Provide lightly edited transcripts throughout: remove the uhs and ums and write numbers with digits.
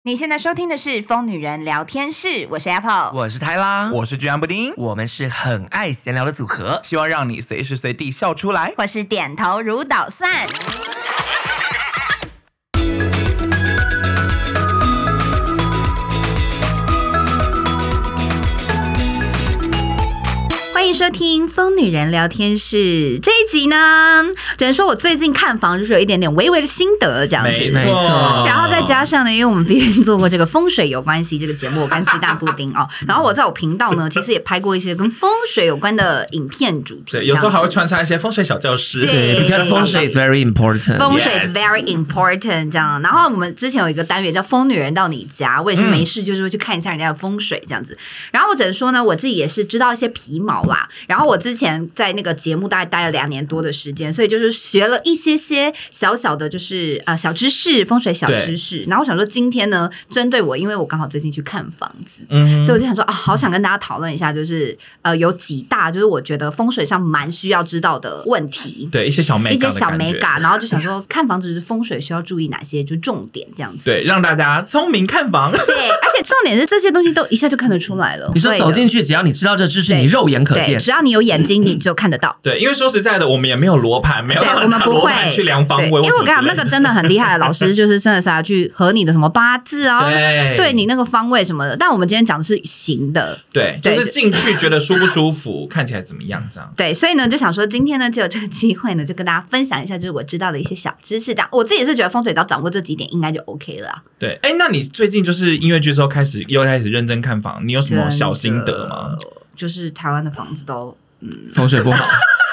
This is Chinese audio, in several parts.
你现在收听的是《疯女人聊天室》，我是 Apple， 我是泰拉， 我是居安布丁， 我们是很爱闲聊的组合， 希望让你随时随地笑出来， 或是点头如捣蒜。欢迎收听《疯女人聊天室》这一集呢，只能说我最近看房就是有一点点微微的心得这样子， 没错。 然后再加上呢，因为我们毕竟做过这个风水有关系这个节目，我跟鸡蛋布丁哦，然后我在我频道呢，其实也拍过一些跟风水有关的影片主题， 对，有时候还会穿插一些风水小教室， 对 ，because 风水 is very important， 风水 is very important 这样。然后我们之前有一个单元叫“疯女人到你家”，我也是没事就是会去看一下人家的风水这样子。然后我只能说呢，我自己也是知道一些皮毛啦。然后我之前在那个节目大概待了2年多的时间，所以就是学了一些小小的，就是小知识，风水小知识。然后我想说，今天呢，针对我，因为我刚好最近去看房子，所以我就想说好想跟大家讨论一下，就是有几大，就是我觉得风水上蛮需要知道的问题， 对，一些小美感，然后就想说，看房子风水需要注意哪些就重点这样子， 对，让大家聪明看房。 对，而且重点是这些东西都一下就看得出来了。 你说走进去，只要你知道这知识，你肉眼可见。 只要你有眼睛，你就看得到。 对，因为说实在的，我们也没有罗盘，没有我们不会去量方位。因为我跟你讲，那个真的很厉害的老师，就是真的是要去和你的什么八字啊，对你那个方位什么的。但我们今天讲的是行的， 对，就是进去觉得舒不舒服，看起来怎么样这样。 对，所以呢，就想说今天呢，就有这个机会呢，就跟大家分享一下，就是我知道的一些小知识。这样，我自己是觉得风水只要掌握这几点，应该就 OK 了啊。 对，那你最近就是音乐剧之后又开始认真看房，你有什么小心得吗？ 就是台湾的房子都风水不好。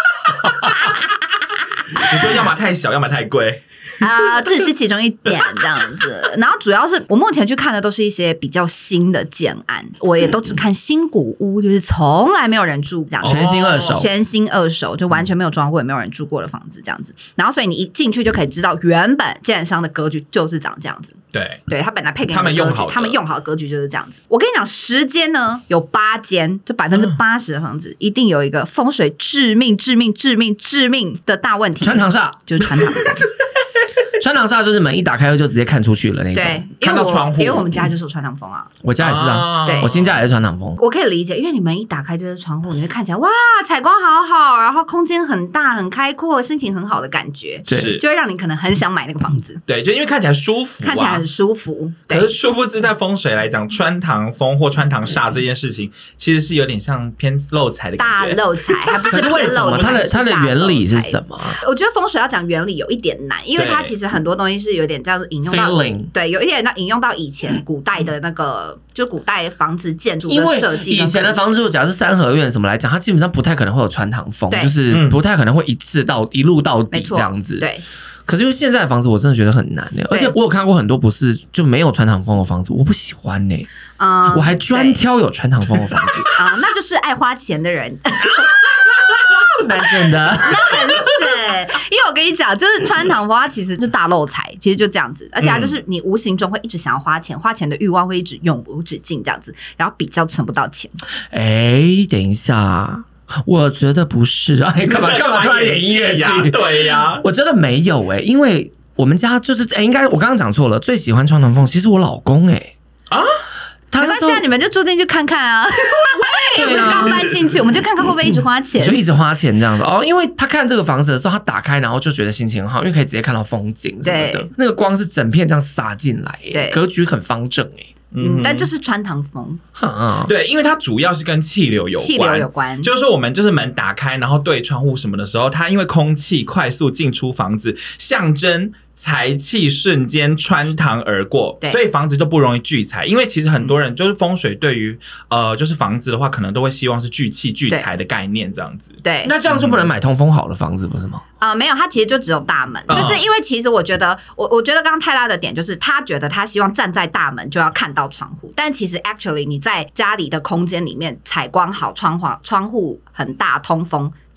你说要么太小，要么太贵这是其中一点这样子。然后主要是我目前去看的都是一些比较新的建案，我也都只看新古屋，就是从来没有人住这样， 全新二手， 就完全没有装过也没有人住过的房子这样子。然后所以你一进去就可以知道原本建商的格局就是长这样子。对，他本来配给你的格局，他们用好的格局就是这样子。我跟你讲，10间呢有8间，就80%的房子一定有一个风水致命的大问题， 穿堂煞， 就是穿堂。 穿堂煞就是门一打开就直接看出去了那种， 对， 看到窗户。 因为我们家就是有穿堂风啊， 我家也是啊，对，我新家也是穿堂风。 我可以理解，因为你门一打开就是窗户，你会看起来哇，采光好好，然后空间很大很开阔，心情很好的感觉， 对， 就会让你可能很想买那个房子。 对，就因为看起来舒服， 看起来很舒服。 可是殊不知，在风水来讲，穿堂风或穿堂煞这件事情，其实是有点像偏漏财的感觉， 大漏财，还不是偏漏财。可是为什么它的原理是什么？ 我觉得风水要讲原理有一点难，因为它其实很多东西是有点这样子引用到，对，有一点引用到以前古代的那个，就古代房子建筑的设计。 以前的房子，假如是三合院什么来讲，它基本上不太可能会有穿堂风，就是不太可能会一路到底这样子。 对。 可是因为现在的房子，我真的觉得很难而且我有看过很多不是就没有穿堂风的房子，我不喜欢我还专挑有穿堂风的房子那就是爱花钱的人。 蛮真的， 那很是，因为我跟你讲，就是穿堂风，它其实就大漏财，其实就这样子，而且它就是你无形中会一直想要花钱，花钱的欲望会一直永无止境这样子，然后比较存不到钱。 等一下。我觉得不是干嘛突然演音乐剧？ 对呀， 我觉得没有因为我们家就是应该我刚刚讲错了，最喜欢穿堂风其实我老公没关系啊，你们就住进去看看啊。我们刚搬进去，我们就看看会不会一直花钱， 就一直花钱这样子因为他看这个房子的时候，他打开然后就觉得心情很好，因为可以直接看到风景什么的，那个光是整片这样洒进来格局很方正但就是穿堂风， 对，因为它主要是跟气流有关，就是说我们就是门打开，然后对窗户什么的时候，它因为空气快速进出房子，象征财气瞬间穿堂而过，所以房子就不容易聚财。因为其实很多人就是风水对于就是房子的话，可能都会希望是聚气聚财的概念这样子。 对， 那这样就不能买通风好的房子不是吗？ 没有，它其实就只有大门，就是因为其实我觉得，我觉得刚刚泰拉的点就是他觉得他希望站在大门就要看到窗户，但其实 actually 你在家里的空间里面采光好，窗户很大通风。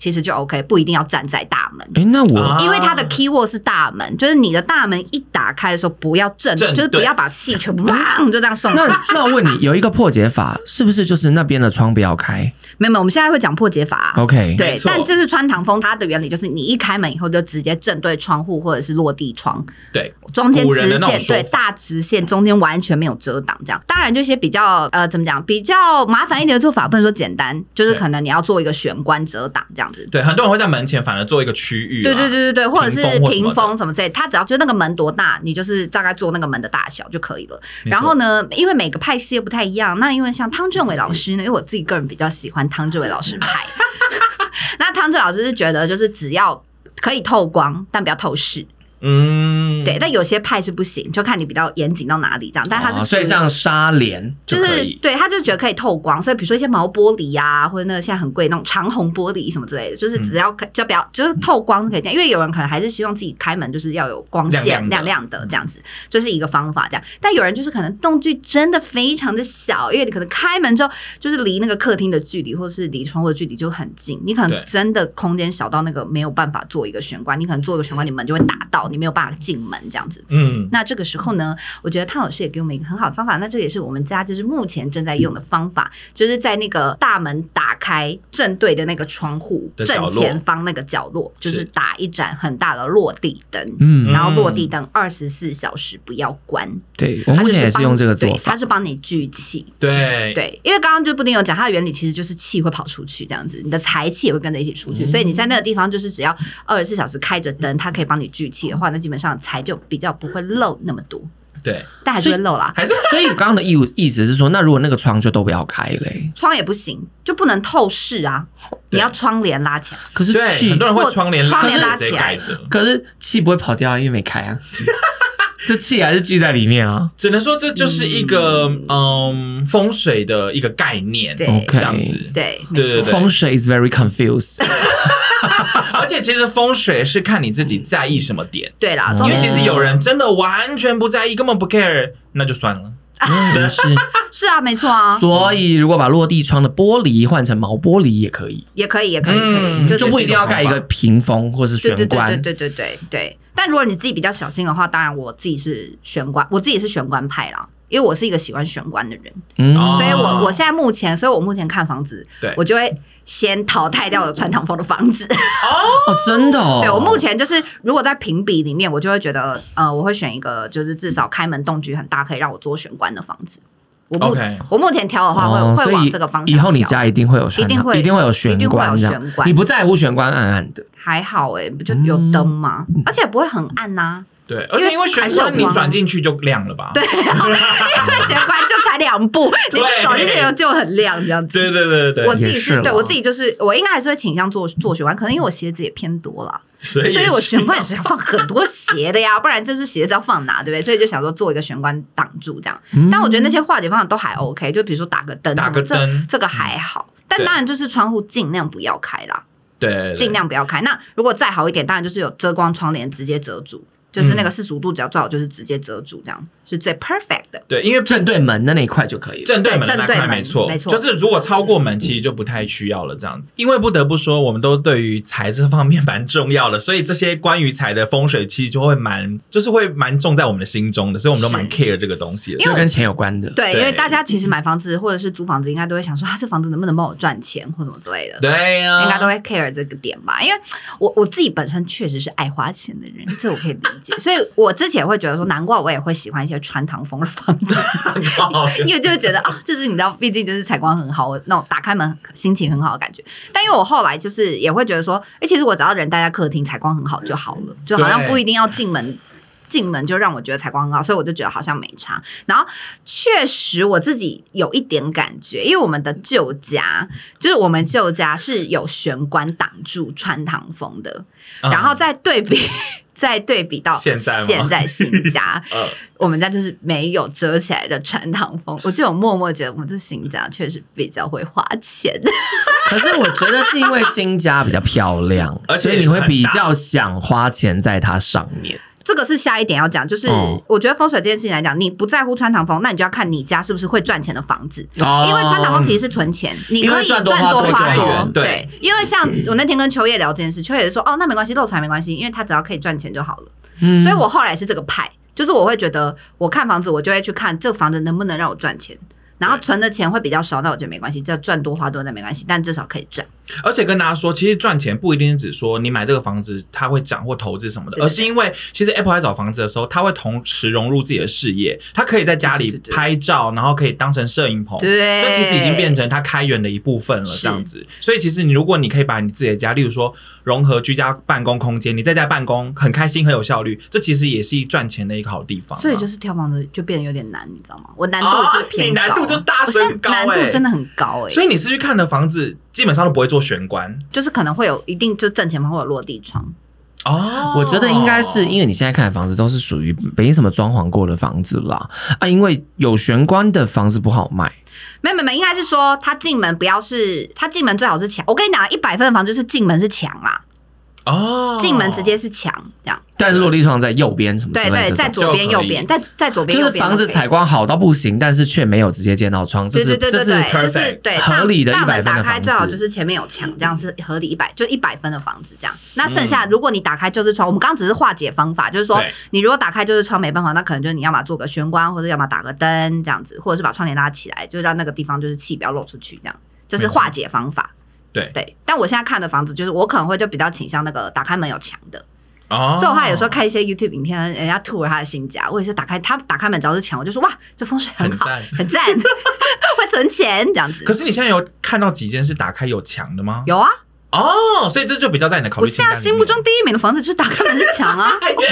其实就 OK， 不一定要站在大门。 那因为它的 keyword 是大门，就是你的大门一打开的时候不要正，就是不要把气全部就这样送。 那我问你，有一个破解法，是不是就是那边的窗不要开？ 没有，我们现在会讲破解法。 OK， 对，但这是穿堂风，它的原理就是你一开门以后就直接正对窗户或者是落地窗， 对， 中间直线，对，大直线中间完全没有遮挡，这样。当然，这些比较怎么讲，比较麻烦一点的做法，不能说简单，就是可能你要做一个玄关遮挡这样子。 对，很多人会在门前反而做一个区域， 对，或者是屏风什么之类的，它只要就那个门多大，你就是大概做那个门的大小就可以了。然后呢，因为每个派系又不太一样，那因为像汤正伟老师呢，因为我自己个人比较喜欢汤正伟老师派，那汤正伟老师是觉得就是只要可以透光，但不要透视。对，但有些派是不行，就看你比较严谨到哪里这样。但它是所以像纱帘就是对，他就觉得可以透光，所以比如说一些毛玻璃啊，或者那个现在很贵那种长虹玻璃什么之类的，就是只要就不要就是透光是可以这样。因为有人可能还是希望自己开门就是要有光线亮亮的这样子，就是一个方法这样。但有人就是可能动距真的非常的小，因为你可能开门之后就是离那个客厅的距离或是离窗户的距离就很近，你可能真的空间小到那个没有办法做一个玄关，你可能做一个玄关，你门就会打到。你没有办法进门这样子，那这个时候呢，我觉得汤老师也给我们一个很好的方法，那这也是我们家就是目前正在用的方法，就是在那个大门打开正对的那个窗户正前方那个角落，就是打一盏很大的落地灯，然后落地灯24小时不要关。 对，我目前也是用这个做法， 它是帮你聚气。 对， 因为刚刚就布丁有讲，它的原理其实就是气会跑出去，这样子，你的财气也会跟着一起出去，所以你在那个地方就是只要24小时开着灯，它可以帮你聚气的话，那基本上财就比较不会漏那么多。 对， 但还是会漏啦。 所以刚刚的意思是说，那如果那个窗就都不要开嘞， 窗也不行，就不能透视啊。你要窗帘拉起来。 可是气， 很多人会窗帘拉起来， 可是气不会跑掉，因为没开啊。这气还是聚在里面啊， 只能说这就是一个风水的一个概念，这样子。 对， 风水 is very confused。 而且其实风水是看你自己在意什么点， 对啦， 因为其实有人真的完全不在意，根本不 care， 那就算了。 是啊，没错啊。 所以如果把落地窗的玻璃换成毛玻璃也可以， 也可以， 就不一定要盖一个屏风或是玄关。 对。但如果你自己比较小心的话，当然我自己是玄关，我自己是玄关派啦，因为我是一个喜欢玄关的人，所以我现在目前看房子，我就会先淘汰掉了穿堂风的房子。 真的哦。 对，我目前就是如果在评比里面，我就会觉得我会选一个就是至少开门动距很大，可以让我做玄关的房子。我目前挑的话会往这个方向挑。 以后你家一定会有一定会有玄关，你不在乎玄关暗暗的？ 还好不就有灯吗？而且不会很暗呐。 对，而且因为玄关你转进去就亮了吧？ 对，因为玄关就才2步，你走进去就很亮这样子。 对， 我自己是对我自己就是我应该还是会倾向做玄关，可能因为我鞋子也偏多啦。所以我玄关也是要放很多鞋的呀，不然就是鞋子要放哪，对不对？所以就想说做一个玄关挡住这样。但我觉得那些化解方法都还 OK， 就比如说打个灯，这个还好。但当然就是窗户尽量不要开啦， 对， 尽量不要开。那如果再好一点，当然就是有遮光窗帘直接遮住。就是那个45度，只要最好就是直接遮住，这样是最 perfect 的。 对，因为正对门的那一块就可以了。 正对门的那块没错，就是如果超过门，其实就不太需要了这样子。因为不得不说，我们都对于财这方面蛮重要的，所以这些关于财的风水，其实就会蛮重在我们的心中的，所以我们都蛮 care 这个东西的， 就跟钱有关的。 对，因为大家其实买房子或者是租房子，应该都会想说，这房子能不能帮我赚钱或什么之类的。 对呀， 应该都会 care 这个点吧。因为我自己本身确实是爱花钱的人，这我可以理解，所以我之前会觉得说，难怪我也会喜欢一些穿堂风的房子，因为就会觉得就是你知道，毕竟就是采光很好，我那种打开门心情很好的感觉。但因为我后来就是也会觉得说，其实我只要人待在客厅，采光很好就好了，就好像不一定要进门就让我觉得采光很好，所以我就觉得好像没差。然后确实我自己有一点感觉，因为我们的旧家是有玄关挡住穿堂风的，然后再对比到现在新家，我们家就是没有遮起来的穿堂风，我就有默默觉得我们这新家确实比较会花钱。 可是我觉得是因为新家比较漂亮，所以你会比较想花钱在它上面。 这个是下一点要讲，就是我觉得风水这件事情来讲，你不在乎穿堂风，那你就要看你家是不是会赚钱的房子，因为穿堂风其实是存钱，你可以赚多花多。对，因为像我那天跟秋叶聊这件事，秋叶说那没关系，漏财没关系，因为他只要可以赚钱就好了。所以我后来是这个派，就是我会觉得我看房子，我就会去看这房子能不能让我赚钱。然后存的钱会比较少，那我觉得没关系，这赚多花多那没关系，但至少可以赚。 而且跟大家说，其实赚钱不一定是指说你买这个房子它会涨或投资什么的，而是因为其实 Apple 在找房子的时候，他会同时融入自己的事业，他可以在家里拍照，然后可以当成摄影棚， 对， 这其实已经变成他开源的一部分了，这样子。所以其实如果你可以把你自己的家，例如说融合居家办公空间，你在家办公很开心很有效率，这其实也是赚钱的一个好地方。 所以就是挑房子就变得有点难，你知道吗？我难度就偏高， 你难度就大升高， 难度真的很高所以你是去看的房子基本上都不会做玄关， 就是可能会有一定就正前方会有落地窗。 我觉得应该是因为你现在看的房子都是属于没什么装潢过的房子啦因为有玄关的房子不好卖。 没，应该是说他进门不要是，他进门最好是墙。我跟你讲，100分的房子就是进门是墙啦。进门直接是墙这样， 但是落地窗在右边什么之类的， 对，在左边右边，在左边右边， 就是房子采光好到不行，但是却没有直接见到窗，这是对合理的100分的房子。 大门打开最好就是前面有墙，这样是合理100分的房子这样。那剩下如果你打开就是窗，我们刚刚只是化解方法，就是说你如果打开就是窗没办法，那可能就是你要么做个玄关，或者要么打个灯这样子，或者是把窗帘拉起来，就让那个地方就是气不要漏出去这样，这是化解方法。对，但我现在看的房子就是我可能会就比较倾向那个打开门有墙的，所以我还有时候看一些 YouTube 影片，人家 tour 他的新家，我也是打开门只要是墙，我就说哇，这风水很好，很赞，会存钱这样子。 可是你现在有看到几间是打开有墙的吗？ 有啊。 所以这就比较在你的考虑清单里面。 我现在心目中第一名的房子就是打开门是墙啊，Of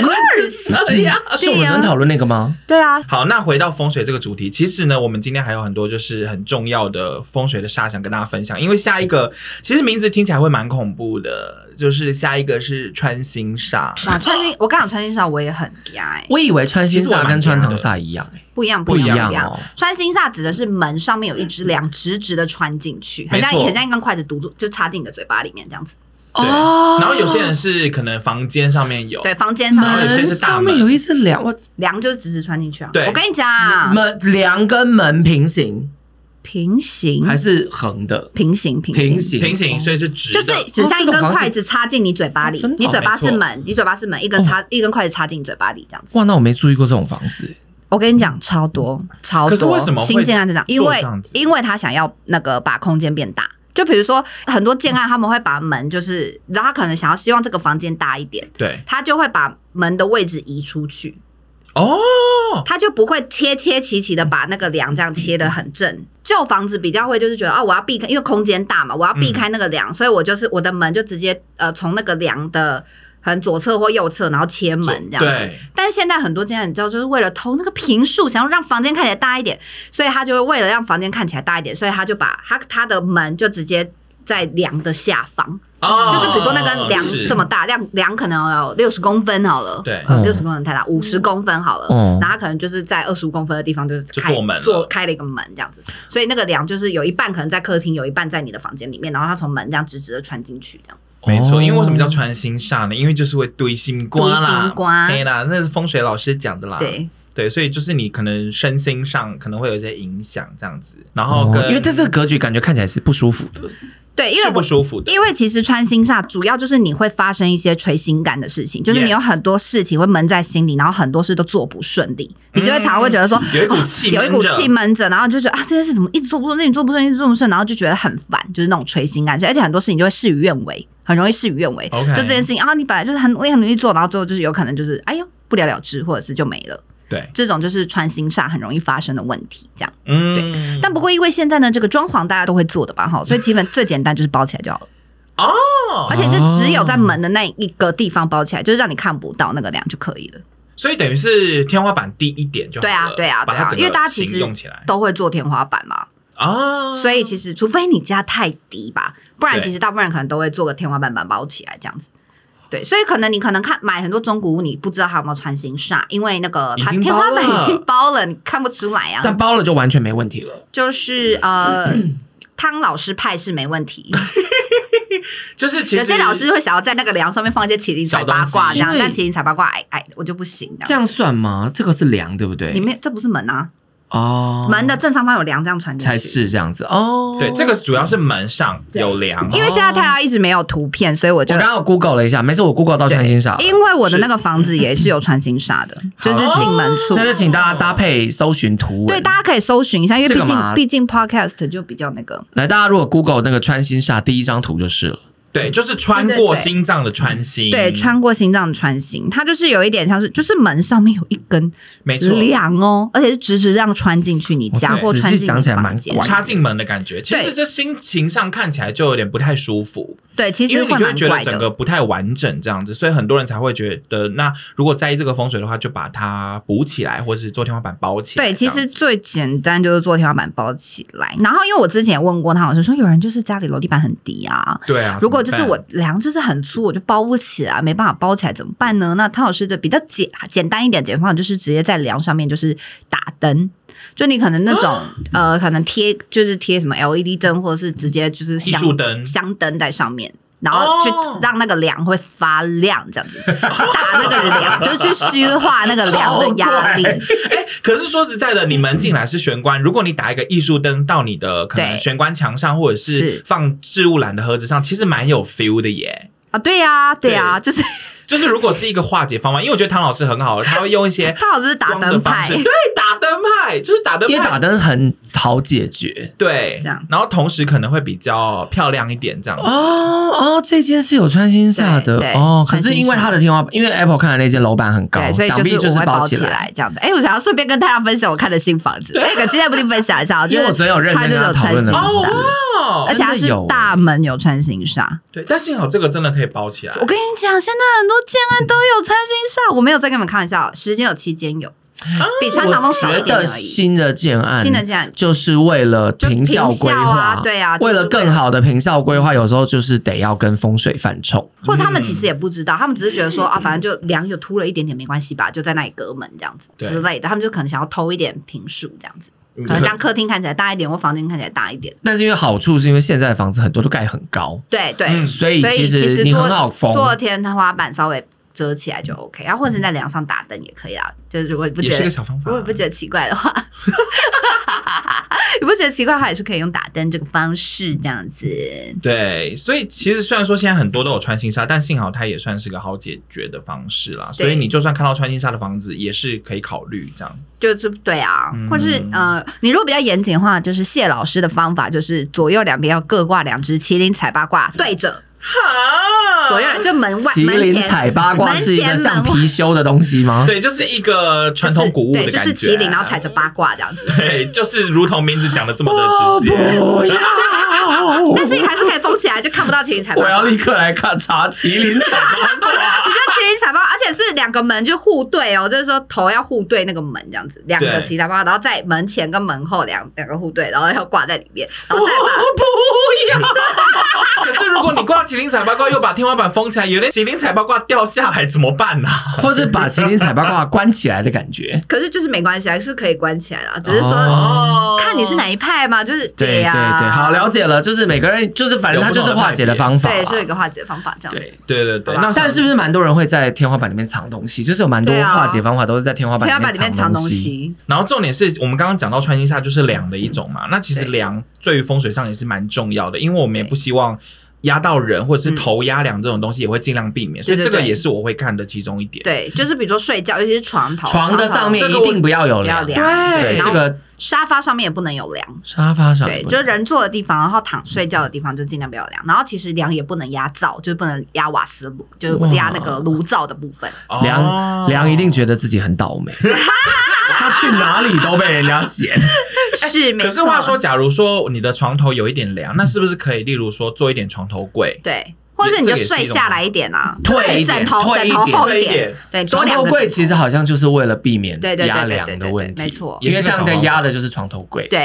course， 是我们昨天讨论那个吗？ 对啊。 好，那回到风水这个主题，其实呢，我们今天还有很多就是很重要的风水的煞想跟大家分享，因为下一个其实名字听起来会蛮恐怖的，就是下一个是穿心煞。 我刚讲穿心煞，我也很怕我以为穿心煞跟穿堂煞一样不一样。穿心煞指的是门上面有一只梁直直的穿进去，很像一根筷子堵住，就插进你的嘴巴里面这样子。 对，然后有些人是可能房间上面有， 对，房间上面有些是大门上面有一只梁， 梁就是直直穿进去啊。 对， 我跟你讲， 梁跟门平行还是横的？ 平行， 所以是直的， 就是只像一根筷子插进你嘴巴里，你嘴巴是门，一根筷子插进你嘴巴里这样子。 哇，那我没注意过这种房子。 我跟你讲，超多。 可是为什么新建案就这样？因为他想要那个把空间变大。就比如说很多建案他们会把门就是然后他可能希望这个房间大一点， 对， 他就会把门的位置移出去，他就不会切齐的把那个梁这样切得很正。旧房子比较会就是觉得我要避开，因为空间大嘛，我要避开那个梁，所以我就是我的门就直接从那个梁的可能左侧或右侧，然后切门这样子。但是现在很多建案你知道，就是为了偷那个坪数，想要让房间看起来大一点，所以他就会为了让房间看起来大一点，所以他就把他的门就直接在梁的下方。就是比如说那根梁这么大，梁可能有60公分好了， 对 ，60公分太大，50公分好了，然后他可能就是在25公分的地方就是开了一个门这样子，所以那个梁就是有一半可能在客厅，有一半在你的房间里面，然后他从门这样直直的穿进去这样。 没错，因为为什么叫穿心煞呢？因为就是会堆心瓜啦，对啦，那是风水老师讲的啦。对，所以就是你可能身心上可能会有一些影响这样子，然后因为这个格局感觉看起来是不舒服的。 对，因为是不舒服的。 因为其实穿心煞主要就是你会发生一些垂心感的事情，就是你有很多事情会闷在心里，然后很多事都做不顺利，你就会常常会觉得说有一股气闷着，然后就觉得这件事怎么一直做不顺，一直做不顺，然后就觉得很烦，就是那种垂心感，而且很多事情就会事与愿违，很容易事与愿违。就这件事情你本来就是很努力做，然后最后就是有可能就是不了了之，或者是就没了。 对， 这种就是穿心煞很容易发生的问题，这样。对。但不过因为现在呢，这个装潢大家都会做的吧，所以基本最简单就是包起来就好了。而且是只有在门的那一个地方包起来，就是让你看不到那个梁就可以了。 所以等于是天花板低一点就好了。 对啊，因为大家其实都会做天花板嘛。所以其实除非你家太低吧，不然其实大部分人可能都会做个天花板包起来这样子。对，所以你可能买很多中古屋，你不知道它有没有穿心煞，因为那个它天花板已经包了，你看不出来啊。 但包了就完全没问题了。 就是汤老师派是没问题， 就是其实有些老师会想要在那个梁上面放一些麒麟彩八卦这样，但麒麟彩八卦矮我就不行。 这样算吗？这个是梁对不对？ 里面这不是门啊。门的正上方有梁，这样传进去才是这样子哦。 对，这个主要是门上有梁， 因为现在泰拉一直没有图片，所以我刚刚有 Google 了一下，没事，我 Google 到穿心煞， 因为我的那个房子也是有穿心煞的，就是进门处。 那就请大家搭配搜寻图文， 对，大家可以搜寻一下，因为毕竟 Podcast 就比较那个。 来，大家如果 Google 那个穿心煞第一张图就是了。 对，就是穿过心脏的穿心。 对，穿过心脏的穿心，它就是有一点像是，就是门上面有一根梁哦，而且是直直这样穿进去你家或穿进你房间， 插进门的感觉。其实这心情上看起来就有点不太舒服。 对，其实因为你就会觉得整个不太完整这样子，所以很多人才会觉得，那如果在意这个风水的话，就把它补起来，或是做天花板包起来。 对，其实最简单就是做天花板包起来。然后因为我之前也问过他老师说，有人就是家里楼地板很低啊， 对啊， 如果就是我梁就是很粗，我就包不起来，没办法包起来怎么办呢？那汤老师的比较简单一点解方就是直接在梁上面就是打灯。就你可能那种可能贴什么 LED 灯，或者是直接就是香灯在上面，然后就让那个梁会发亮，这样子打那个梁，就是去虚化那个梁的压力。 可是说实在的，你门进来是玄关，如果你打一个艺术灯到你的可能玄关墙上，或者是放置物篮的盒子上，其实蛮有 feel 的耶。 啊，对呀，就是如果是一个化解方法，因为我觉得汤老师很好，他会用一些汤老师是打灯派， 对，打灯派就是打灯派， 因为打灯很好解决， 对，然后同时可能会比较漂亮一点这样子。 这间是有穿心煞的哦，可是因为它的天花板，因为 Apple 看的那间楼板很高， 所以想必就是包起来这样子。我想要顺便跟大家分享我看的新房子，今天不定分享一下， 因为我昨天有认真跟他讨论的而且它是大门有穿心煞， 对，但幸好这个真的可以包起来。 我跟你讲，现在很多建案都有穿心煞，我没有再跟你们开玩笑，10间有7间有。比传统中少一点而已。 新的建案就是为了坪效规划， 对啊， 为了更好的坪效规划，有时候就是得要跟风水犯冲， 或者他们其实也不知道，他们只是觉得说反正就梁有凸了一点点没关系吧，就在那里隔门这样子之类的，他们就可能想要偷一点坪数这样子。可能让客厅看起来大一点，或房间看起来大一点。 但是因为好处是因为现在的房子很多都盖很高， 对， 所以其实你很好封， 做天花板稍微遮起来就 OK， 然后或者在梁上打灯也可以啦。就是如果你不觉得， 也是个小方法， 如果你不觉得奇怪的话，你不觉得奇怪的话，也是可以用打灯这个方式这样子。 对，所以其实虽然说现在很多都有穿心煞，但幸好它也算是个好解决的方式啦。所以你就算看到穿心煞的房子，也是可以考虑这样。 就是对啊，或者是你如果比较严谨的话，就是谢老师的方法，就是左右两边要各挂2只麒麟彩八卦对着。左右就门外， 麒麟彩八卦是一个像貔貅的东西吗？ 对，就是一个传统古物的感觉， 就是麒麟，然后踩着八卦这样子。 对，就是如同名字讲的这么的直接。 但是你还是可以封起来，就看不到麒麟彩八卦。 我要立刻来查麒麟彩八卦。 你就麒麟彩八卦，而且是2个门就互对哦，就是说头要互对那个门这样子，2个麒麟彩八卦，然后在门前跟门后两个互对，然后要挂在里面，然后再把不要。 可是如果你挂麒麟彩八卦又把天花板封起来，有点麒麟彩八卦掉下来怎么办呢？ 或是把麒麟彩八卦关起来的感觉。 可是就是没关系，还是可以关起来的，只是说看你是哪一派嘛，就是对呀。对，好，了解了，就是每个人就是反正它就是化解的方法， 对，是有一个化解的方法这样子。 对。 那但是不是蛮多人会在天花板里面藏东西？就是有蛮多化解方法都是在天花板里面藏东西。 然后重点是我们刚刚讲到穿心煞就是梁的一种嘛，那其实梁对于风水上也是蛮重要的，因为我们也不希望压到人或者是头压梁这种东西也会尽量避免，所以这个也是我会看的其中一点。 对，就是比如说睡觉，尤其是床的上面一定不要有梁， 对， 这个沙发上面也不能有梁， 沙发上对，就是人坐的地方，然后睡觉的地方就尽量不要有梁，然后其实梁也不能压灶，就是不能压瓦斯炉，就是压那个炉灶的部分。 梁一定觉得自己很倒霉。他去哪里都被人家嫌， 是没错。 可是话说，假如说你的床头有一点梁，那是不是可以，例如说做一点床头柜？ 对，或者你就睡下来一点啊， 退一点， 枕头厚一点，对， 床头柜其实好像就是为了避免压梁的问题， 没错， 因为这样在压的就是床头柜。 对。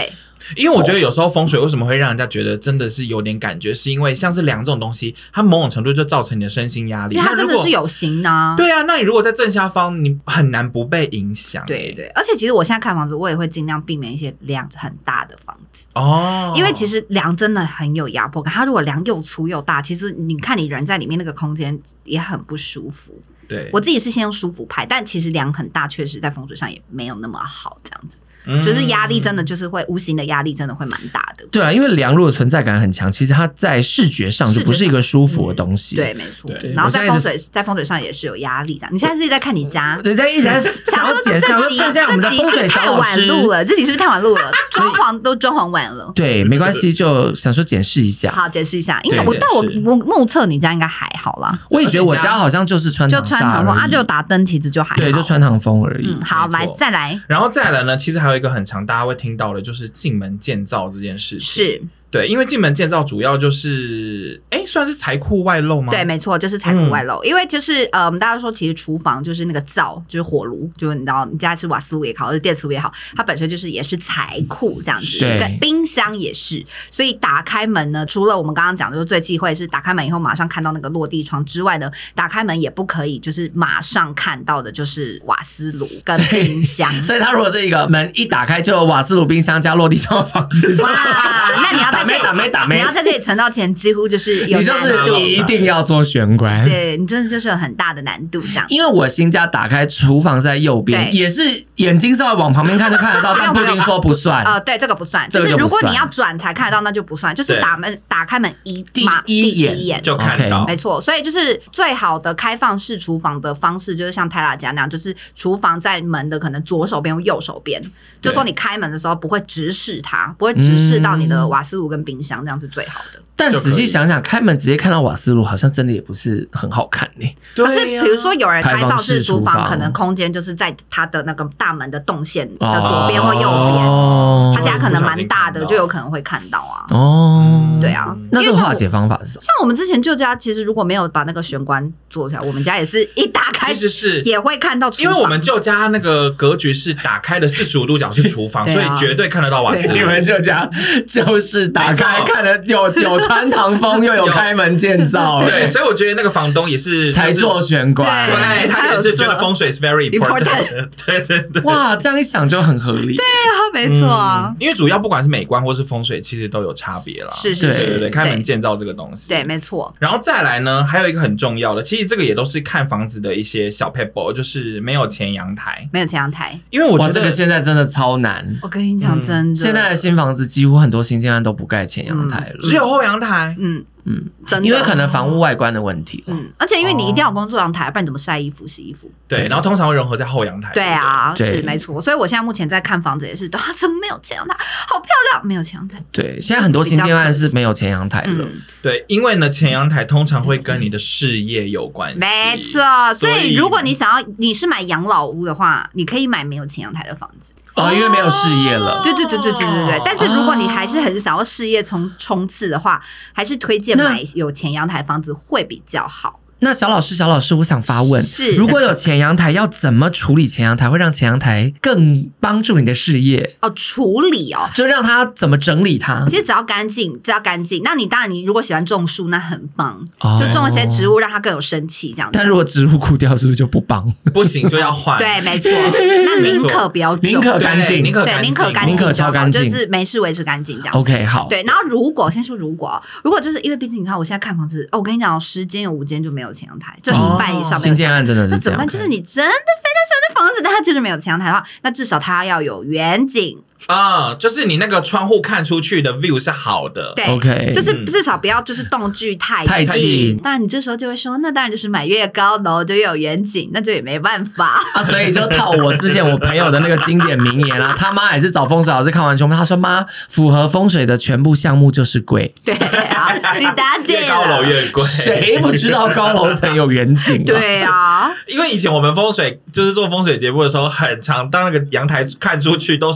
因为我觉得有时候风水为什么会让人家觉得真的是有点感觉，是因为像是梁这种东西，它某种程度就造成你的身心压力， 因为它真的是有形啊。 对啊，那你如果在正下方，你很难不被影响。 对对，而且其实我现在看房子，我也会尽量避免一些梁很大的房子因为其实梁真的很有压迫感，它如果梁又粗又大，其实你看你人在里面那个空间也很不舒服。 对， 我自己是先用舒服派，但其实梁很大，确实在风水上也没有那么好，这样子。就是压力真的就是会无形的压力真的会蛮大的。 对啊，因为梁如果存在感很强，其实它在视觉上就不是一个舒服的东西。 对，没错。然后在风水上也是有压力的。你现在自己在看你家， 对，一直在想说趁现在我们的风水小老师太晚录了，这集是不是太晚录了？装潢都装潢完了。 对，没关系，就想说检视一下。 好，检视一下，因为我目测你家应该还好啦。 我也觉得我家好像就是穿堂风啊，就打灯其实就还好。 对，就穿堂风而已。 好，来再来， 然后再来呢，其实还有一个很常大家会听到的就是进门建造这件事情。 是。 对，因为进门建造主要就是算是财库外露吗？ 对，没错，就是财库外露。因为就是我们大家说其实厨房就是那个灶，就是火炉，就是你知道你家是瓦斯炉也好，或者电磁炉也好，它本身就是也是财库这样子。跟冰箱也是，所以打开门呢，除了我们刚刚讲的就是最忌讳是打开门以后马上看到那个落地窗之外呢，打开门也不可以就是马上看到的就是瓦斯炉跟冰箱。 所以它如果是一个门一打开就有瓦斯炉、冰箱加落地窗的房子， 哇，那你要打没，你要在这里存到钱，几乎就是有难度。 你就是一定要做玄关， 对你真的就是有很大的难度这样。 因为我新家打开厨房在右边，也是眼睛稍微往旁边看就看得到，但不一定说不算。 对，这个不算，就是如果你要转才看得到，那就不算。就是打开门第一眼就看到， 没错。所以就是最好的开放式厨房的方式，就是像泰拉家那样，就是厨房在门的可能左手边或右手边，就说你开门的时候不会直视它，不会直视到你的瓦斯炉跟冰箱，这样是最好的。 但仔细想想，开门直接看到瓦斯炉，好像真的也不是很好看呢。 可是比如说有人开放式厨房，可能空间就是在他的那个大门的动线的左边或右边，他家可能蛮大的，就有可能会看到啊。对啊， 那这个化解方法是什么？ 像我们之前旧家，其实如果没有把那个玄关做起来，我们家也是一打开， 其实是也会看到厨房。 因为我们旧家那个格局是打开的45度角是厨房，所以绝对看得到瓦斯炉。 你们旧家就是打开看得有穿堂风，又有开门建造。 对，所以我觉得那个房东也是才做玄关， 对，他也是觉得风水是 very important。对对对， 哇，这样一想就很合理。 对啊，没错啊。 因为主要不管是美观或是风水，其实都有差别啦。 是， 对，开门建造这个东西， 对，没错。 然后再来呢，还有一个很重要的，其实这个也都是看房子的一些小 pebble， 就是没有前阳台， 没有前阳台。 因为我觉得这个现在真的超难。 我跟你讲，真的， 现在的新房子几乎很多新建案都不盖前阳台了， 只有后阳台。 真的， 因为可能房屋外观的问题。 而且因为你一定要有工作阳台，不然你怎么晒衣服、洗衣服？ 对，然后通常会融合在后阳台。 对啊，是没错。所以我现在目前在看房子也是，怎么没有前阳台？好漂亮，没有前阳台。 对，现在很多新建案是没有前阳台了。 对，因为呢，前阳台通常会跟你的事业有关系。 没错，所以如果你是买养老屋的话，你可以买没有前阳台的房子。 因为没有事业了。 对。但是如果你还是很想要事业冲刺的话，还是推荐买有前阳台房子会比较好。 那小老师，我想发问，如果有前阳台，要怎么处理前阳台，会让前阳台更帮助你的事业？ 处理就让它怎么整理它？ 其实只要干净。那你当然，你如果喜欢种树，那很棒，就种一些植物，让它更有生气这样子。 但如果植物枯掉，是不是就不帮？ 不行，就要换。 对，没错。那宁可不要种， 宁可干净， 宁可干净，超干净， 就是没事维持干净这样。 OK， 好。 对，然后如果就是因为毕竟你看，我现在看房子，我跟你讲，10间有5间就没有前阳台，就1半以上没有。 新建案真的是这样。 那怎么办？就是你真的非常喜欢这房子，但它就是没有前阳台的话，那至少它要有远景。 就是你那个窗户看出去的 view 是好的。 对 ，OK， 就是至少不要就是动距太近。当然你这时候就会说，那当然就是买越高楼就越有远景，那就也没办法所以就套我之前我朋友的那个经典名言啦，他妈也是找风水老师看完全部，他说妈，符合风水的全部项目就是贵。 对啊，你答对了， 越高楼越贵。 谁不知道高楼层有远景对啊， 因为以前我们风水就是做风水节目的时候，很常当那个阳台看出去都是一些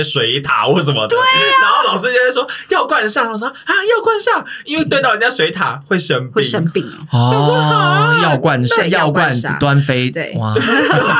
水塔或什么的， 对啊， 然后老师就会说要灌上，我说啊要灌上，因为对到人家水塔会生病哦，药罐子端飞， 对， 哇， 对，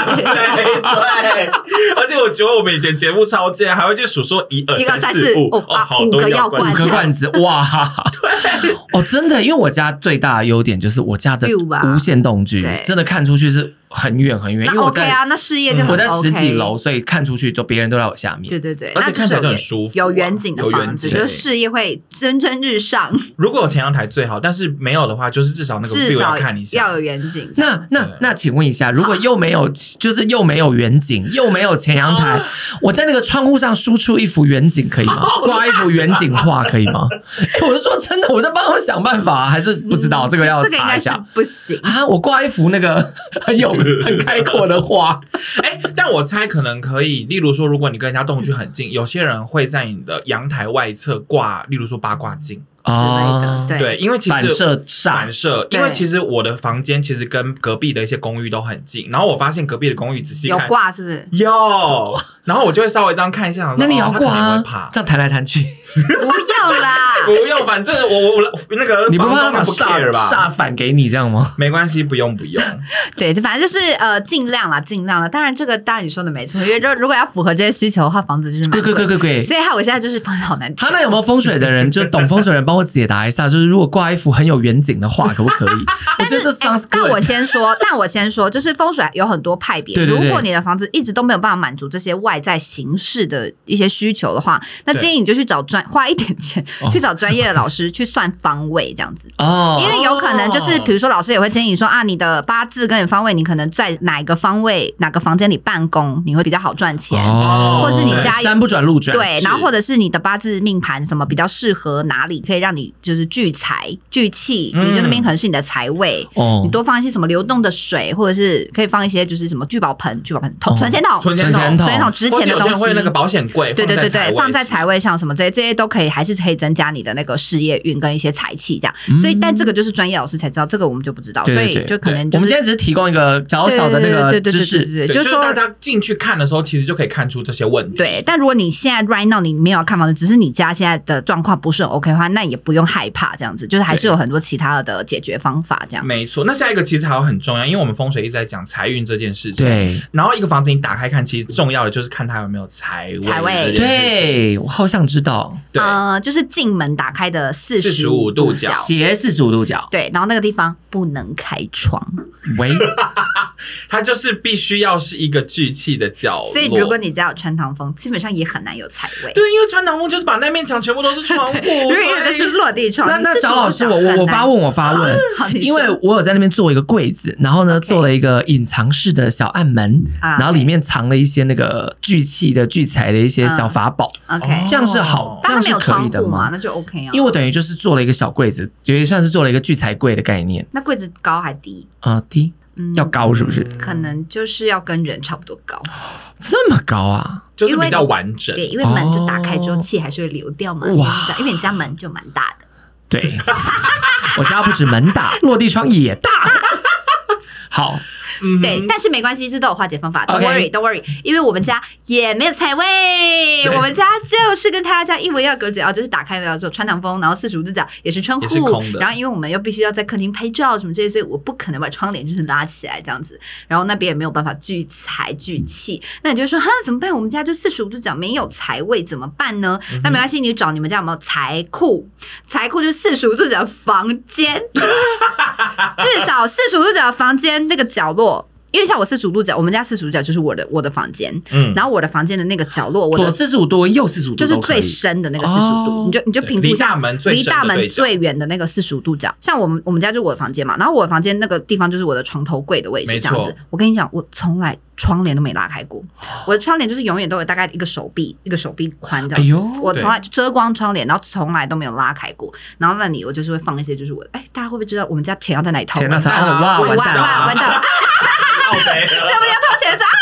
而且我觉得我们以前节目超贱，还会去数说1、2、3、4、5，好多药罐 5个罐子，哇，对，哦，真的，因为我家最大的优点就是我家的无线动距，真的看出去是很远很远，因为我在那视野就很 OK， 我在10几楼，所以看出去都别人都在我下面， 对， 而且看起来就很舒服， 有远景的房子，就是视野会蒸蒸日上。 如果有前阳台最好，但是没有的话，就是至少那个 view 要看一下， 要有远景。 那请问一下，如果又没有远景，又没有前阳台，我在那个窗户上输出一幅远景可以吗？挂一幅远景画可以吗？我是说真的，我在帮我想办法，还是不知道这个要查一下， 这个应该是不行啊！我挂一幅那个很开阔的画， 但我猜可能可以，例如说，如果你跟人家动距很近，有些人会在你的阳台外侧挂，例如说八卦镜。 之类的， 对，因为其实反射， 因为其实我的房间其实跟隔壁的一些公寓都很近，然后我发现隔壁的公寓仔细看有挂是不是？ 有，然后我就会稍微这样看一下， 那你要挂啊，这样弹来弹去， 不用啦， 不用，反正我那个你不怕他煞反给你这样吗？ 没关系，不用。 对，反正就是尽量啦。当然这个当然你说的没错，因为如果要符合这些需求的话，房子就是蛮贵。所以我现在就是房子好难挑。 他那有没有风水的人，就懂风水的人帮我解答一下，就是如果挂一幅很有远景的画，可不可以？我觉得这 sounds good。 但我先说，就是风水有很多派别。如果你的房子一直都没有办法满足这些外在形式的一些需求的话，那建议你就去花一点钱去找专业的老师去算方位这样子。因为有可能就是比如说老师也会建议你说啊，你的八字跟你方位，你可能在哪个方位哪个房间里办公，你会比较好赚钱，或是你家山不转路转， 对，然后或者是你的八字命盘什么比较适合哪里，可以让你就是聚财聚气，你就那边可能是你的财位，你多放一些什么流动的水，或者是可以放一些就是什么聚宝盆、存钱筒、值钱的东西， 会那个保险柜， 对，放在财位上什么这些都可以，还是可以增加你的那个事业运跟一些财气这样。所以，但这个就是专业老师才知道，这个我们就不知道，所以就可能我们今天只是提供一个小小的那个知识， 对， 就是说大家进去看的时候，其实就可以看出这些问题。 对，但如果你现在 right now 你没有看房子，只是你家现在的状况不是很 OK 的话，那也不用害怕，这样子就是还是有很多其他的解决方法。这样没错。那下一个其实还有很重要，因为我们风水一直在讲财运这件事情。 对， 然后一个房子你打开看，其实重要的就是看它有没有财位。 对，我好想知道。 就是进门打开的 45度角， 斜45度角。 对，然后那个地方不能开窗。 喂， 它就是必须要是一个聚气的角落。 所以如果你家有穿堂风，基本上也很难有财位。 对，因为穿堂风就是把那面墙全部都是窗户， 因为那是落地窗。 那小老师，我发问，因为我有在那边做一个柜子，然后呢做了一个隐藏式的小暗门，然后里面藏了一些那个聚气的聚财的一些小法宝。 OK， 这样是好，这样是可以的吗？ 那就 OK 啊。 因为我等于就是做了一个小柜子，也算是做了一个聚财柜的概念。 那柜子高还低？ 低，要高是不是？ 可能就是要跟人差不多高。 这么高啊？ 就是比较完整。 对，因为门就打开之后气还是会流掉嘛。哇，因为你家门就蛮大的。 对，我家不止门大，落地窗也大。好。 对，但是没关系，这都有化解方法。Don't worry，因为我们家也没有财位，我们家就是跟他家一模一样格局就是打开叫做穿堂风，然后45度角也是窗户，然后因为我们又必须要在客厅拍照什么这些，所以我不可能把窗帘就是拉起来这样子，然后那边也没有办法聚财聚气。那你就说哈怎么办？我们家就45度角没有财位怎么办呢？那没关系，你找你们家有没有财库？财库就是45度角房间，至少45度角房间那个角落。因为像我45度角，我们家45度角就是我的房间，然后我的房间的那个角落， 左45度右45度就是最深的那个45度，你就评估一下离大门最远的那个45度角。像我们家就是我的房间嘛，然后我的房间那个地方就是我的床头柜的位置，这样子。我跟你讲，我从来窗帘都没拉开过，我的窗帘就是永远都有大概一个手臂宽这样子。我从来遮光窗帘，然后从来都没有拉开过。然后那里我就是会放一些，就是大家会不会知道我们家钱要在哪里掏？ 钱要掏？哇，完蛋！ 所以我们要掏钱的时候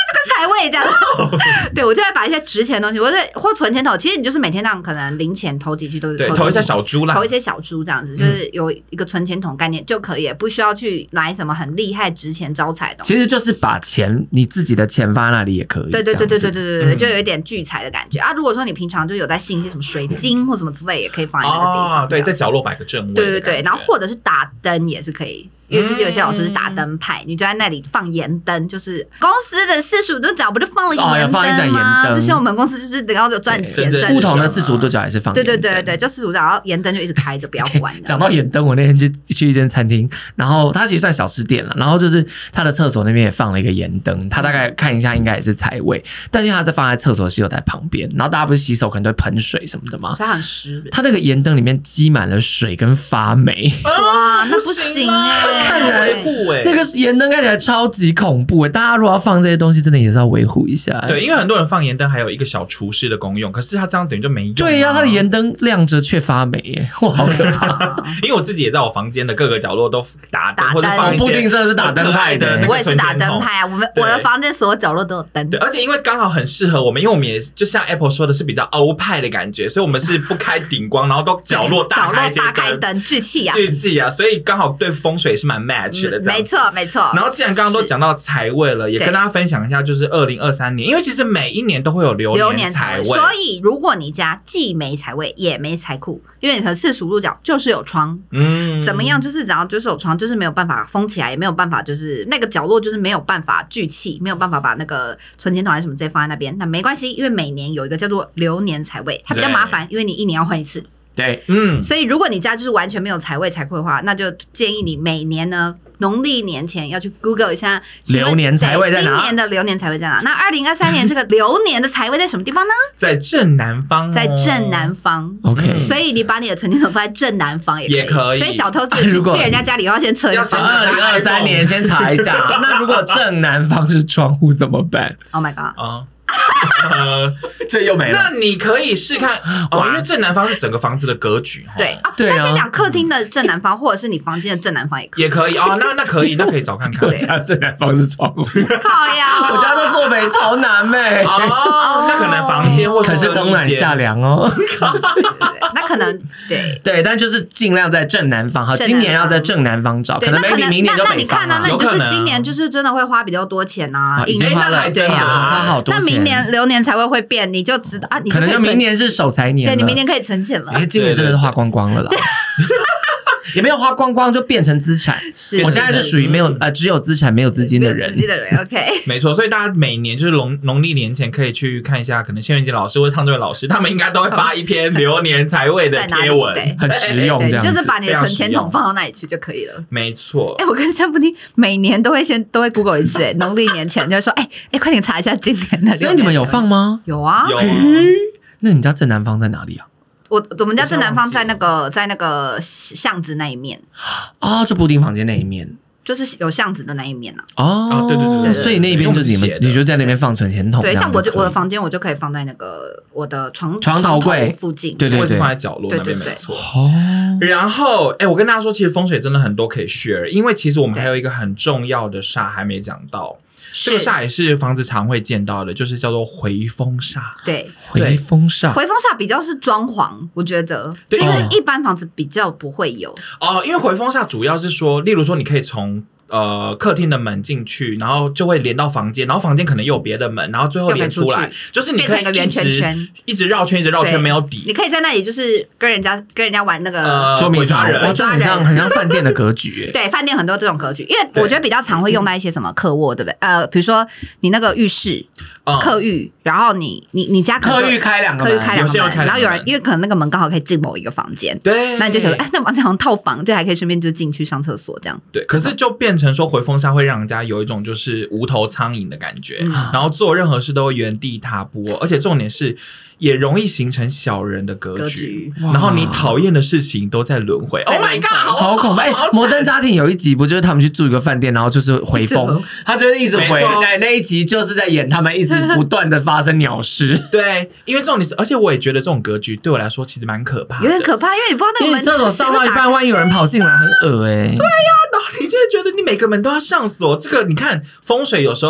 这个财位这样。对，我就会把一些值钱的东西，或存钱筒，其实你就是每天让可能零钱投进去都是投一下小猪啦， 投一些小猪这样子，就是有一个存钱筒概念就可以，不需要去买什么很厉害值钱招财的东西。 其实就是把钱你自己的钱放在那里也可以。 对，就有一点聚财的感觉啊。如果说你平常就有在信一些什么水晶或什么之类，也可以放在那个地方。 对，在角落摆个正位。 对，然后或者是打灯也是可以。因为毕竟有些老师是打灯派，你就在那里放盐灯，就是公司的45度角不就放了一个盐灯吗？就像我们公司就是等到有赚钱， 不同的45度角也是放盐灯。 对，就45度角，然后盐灯就一直开着，不要关。 讲到盐灯，我那天就去一间餐厅，然后它其实算小吃店了，然后就是它的厕所那边也放了一个盐灯，它大概看一下应该也是财位，但是它是放在厕所洗手台旁边，然后大家不是洗手可能都会喷水什么的吗？ 所以它很湿。 它那个盐灯里面积满了水跟发霉。 哇，那不行看起来维护那个盐灯看起来超级恐怖大家如果要放这些东西，真的也是要维护一下。 对，因为很多人放盐灯还有一个小除湿的功用，可是它这样等于就没用。 对呀，它的盐灯亮着却发霉耶，哇，好可怕！ 因为我自己也在我房间的各个角落都打灯，或者放一些。 布丁真的是打灯派的， 我也是打灯派啊。我的房间所有角落都有灯。 对，而且因为刚好很适合我们，因为我们也就像 Apple 说的是比较欧派的感觉，所以我们是不开顶光，然后都角落大开灯， 聚气啊，所以刚好对风水是蛮 match 的。 没错。 然后既然刚刚都讲到财位了，也跟大家分享一下，就是2023年，因为其实每一年都会有流年财位， 所以如果你家既没财位也没财库，因为你的45度角就是有窗，怎么样？就是只要就是有窗，就是没有办法封起来，也没有办法，就是那个角落就是没有办法聚气，没有办法把那个存钱筒还是什么直接放在那边，那没关系，因为每年有一个叫做流年财位，它比较麻烦，因为你一年要换一次。 对， 所以如果你家就是完全没有财位财库的话，那就建议你每年呢，农历年前要去 Google 一下流年财位在哪？ 今年的流年财位在哪？那2023年这个流年的财位在什么地方呢？ 在正南方， 在正南方。 OK， 所以你把你的存钱筒放在正南方也可以。所以小偷自己去人家家里要先测一下。 2023年先查一下，那如果正南方是窗户怎么办 ？Oh my god！ 这又没了。 那你可以试看因为正南方是整个房子的格局。 对，那先讲客厅的正南方，或者是你房间的正南方也可以那可以找看看。 我家正南方是窗户， 靠呀！ 我家都坐北朝南呗。 那可能房间或者是冬暖夏凉哦。 那可能对，但就是尽量在正南方。好，今年要在正南方找，可能明年就北方。 那你就是今年就是真的会花比较多钱啊， 已经花了，对啊，花好多钱。 那明年流年才会变，你就知道啊，你可能就明年是守财年， 对你明年可以存钱了。 今年真的是花光光了啦。也没有花光光就变成资产。我现在是属于没有只有资产没有资金的人。 OK， 没错，所以大家每年就是农历年前可以去看一下，可能谢元杰老师或者汤这位老师，他们应该都会发一篇流年财位的贴文， 很实用，这样就是把你的存钱筒放到那里去就可以了。 没错。 我跟香布丁每年都会 Google 一次，农历年前就说，快点查一下今年的。 所以你们有放吗？ 有啊。 那你家正南方在哪里啊？ 我们家正南方在那个巷子那一面就布丁房间那一面， 就是有巷子的那一面对， 所以那一边就是你就在那边放存钱筒。 对，像我的房间我就可以放在那个我的床头柜附近， 对， 或者是放在角落那边，没错。然后我跟大家说，其实风水真的很多可以 share， 因为其实我们还有一个很重要的煞还没讲到。这个煞也是房子常会见到的，就是叫做回风煞。 对， 回风煞比较是装潢，我觉得就是一般房子比较不会有因为回风煞主要是说，例如说你可以从客厅的门进去，然后就会连到房间，然后房间可能又有别的门，然后最后连出来，就是你可以一直绕圈没有底。 你可以在那里就是跟人家玩那个捉迷藏人，这很像饭店的格局。 对，饭店很多这种格局，因为我觉得比较常会用到一些什么客卧，对不对？比如说你那个浴室。客浴，然后你家客浴开两个门， 然后有人因为可能那个门刚好可以进某一个房间， 对， 那你就想说，那房间好像套房，就还可以顺便就进去上厕所这样。 对，可是就变成说回风煞会让人家有一种就是无头苍蝇的感觉，然后做任何事都会原地踏步，而且重点是也容易形成小人的格局，然后你讨厌的事情都在轮回。Oh my god， 好恐怖！摩登家庭有一集不就是他们去住一个饭店，然后就是回风，他就是一直回。那一集就是在演他们一直不断的发生鸟事。 对，因为重点是，而且我也觉得这种格局对我来说其实蛮可怕的， 有点可怕，因为你不知道那个门厕所上到一半，万一有人跑进来，很恶对呀，然后你就会觉得你每个门都要上锁。这个你看风水有时候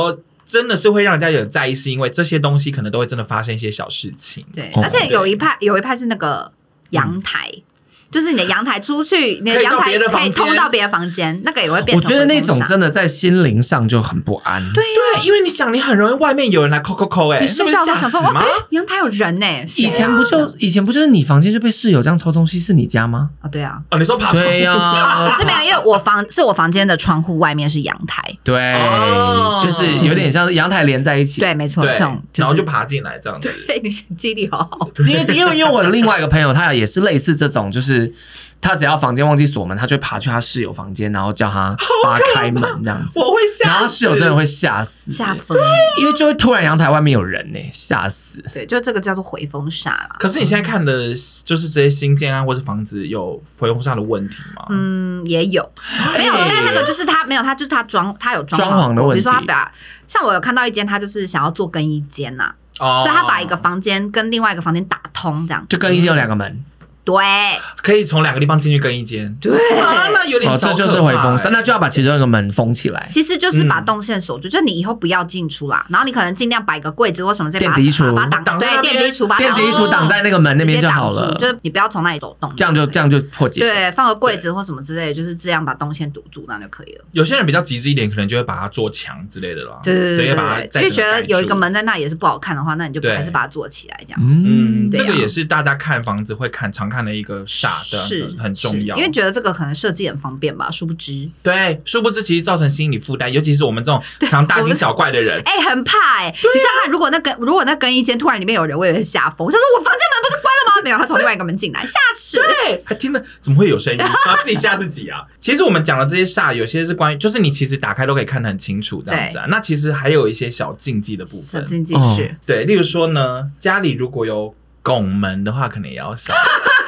真的是会让人家有在意，是因为这些东西可能都会真的发生一些小事情。 对，而且有一派是那个阳台。就是你的阳台出去，你的阳台可以通到别的房间，那个也会变成。 我觉得那种真的在心灵上就很不安。 对呀，因为你想，你很容易外面有人来扣， 你睡觉的时候想说，阳台有人呢。 以前不就是你房间就被室友这样偷东西，是你家吗？ 啊，对啊。 你说爬窗户？ 对呀， 是没有，因为我房间的窗户外面是阳台。 对，就是有点像阳台连在一起。 对，没错，这种然后就爬进来这样子。 对，你记忆力好好。 因为我的另外一个朋友，他也是类似这种，就是他只要房间忘记锁门，他就会爬去他室友房间，然后叫他帮他开门这样子。 我会吓死， 然后室友真的会吓死， 吓疯， 因为就会突然阳台外面有人呢，吓死。 对，就这个叫做回风煞啦。 可是你现在看的就是这些新建案或是房子有回风煞的问题吗？ 也有，没有，但那个就是他没有，他就是他有装潢的问题。 比如说他像我有看到一间，他就是想要做更衣间呐，所以他把一个房间跟另外一个房间打通，这样就更衣间有2个门。 对， 可以从2个地方进去更衣间。 对， 那有点这就是回风煞，那就要把其中一个门封起来。 其实就是把动线锁住，就你以后不要进出啦。然后你可能尽量摆个柜子或什么， 电子衣橱把它挡，对，电子衣橱挡在那个门那边就好了， 就是你不要从那里走动， 这样就破解。 对，放个柜子或什么之类的，就是这样把动线堵住，那就可以了。 有些人比较极致一点，可能就会把它做墙之类的啦， 对， 直接把它， 因为觉得有一个门在那也是不好看的话，那你就还是把它做起来，这样。 这个也是大家看房子会常看的一个煞。是很重要， 因为觉得这个可能设计很方便吧，殊不知其实造成心理负担，尤其是我们这种常大惊小怪的人， 很怕你想想看，如果那更衣间突然里面有人，我也会吓疯。我想说，我房间门不是关了吗？没有，他从另外一个门进来，吓死！ 对，还听了怎么会有声音？自己吓自己啊！其实我们讲的这些煞，有些是关于，就是你其实打开都可以看得很清楚这样子啊。那其实还有一些小禁忌的部分， 小禁忌是， 对，例如说呢，家里如果有拱门的话，可能也要小心。